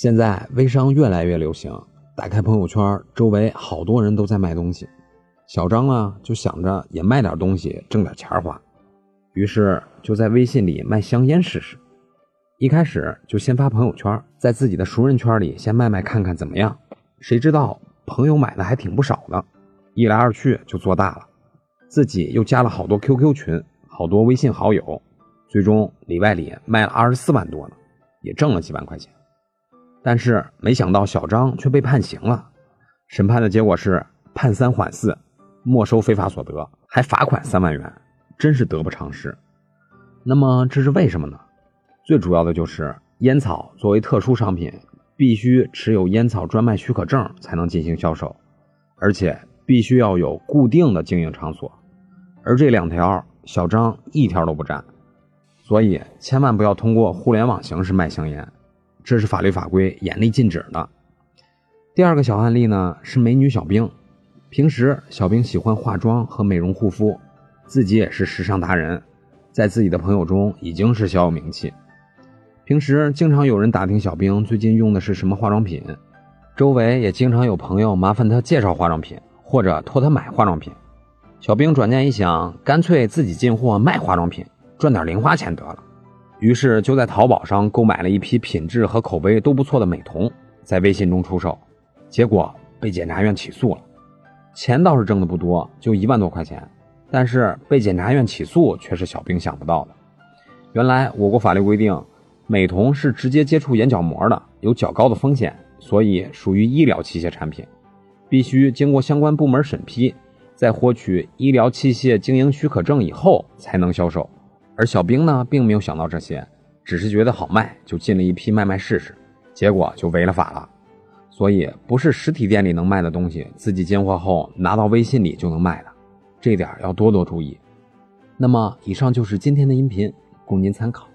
现在微商越来越流行，打开朋友圈，周围好多人都在卖东西。小张呢，就想着也卖点东西，挣点钱花，于是就在微信里卖香烟试试。一开始就先发朋友圈，在自己的熟人圈里先卖卖看看怎么样。谁知道朋友买的还挺不少的，一来二去就做大了，自己又加了好多 QQ 群，好多微信好友，最终里外里卖了24万多呢，也挣了几万块钱。但是没想到小张却被判刑了，审判的结果是判3缓4，没收非法所得，还罚款3万元，真是得不偿失。那么这是为什么呢？最主要的就是烟草作为特殊商品，必须持有烟草专卖许可证才能进行销售，而且必须要有固定的经营场所，而这2条小张1条都不占，所以千万不要通过互联网形式卖香烟，这是法律法规严厉禁止的。第二个小案例呢，是美女小兵。平时小兵喜欢化妆和美容护肤，自己也是时尚达人，在自己的朋友中已经是小有名气。平时经常有人打听小兵最近用的是什么化妆品，周围也经常有朋友麻烦他介绍化妆品，或者托他买化妆品。小兵转念一想，干脆自己进货卖化妆品，赚点零花钱得了。于是就在淘宝上购买了一批品质和口碑都不错的美瞳，在微信中出售，结果被检察院起诉了。钱倒是挣的不多，就1万多块钱，但是被检察院起诉却是小兵想不到的。原来我国法律规定，美瞳是直接接触眼角膜的，有较高的风险，所以属于医疗器械产品，必须经过相关部门审批，在获取医疗器械经营许可证以后才能销售。而小兵呢，并没有想到这些，只是觉得好卖，就进了一批卖试试，结果就违了法了。所以不是实体店里能卖的东西，自己进货后拿到微信里就能卖的，这点要多多注意。那么以上就是今天的音频，供您参考。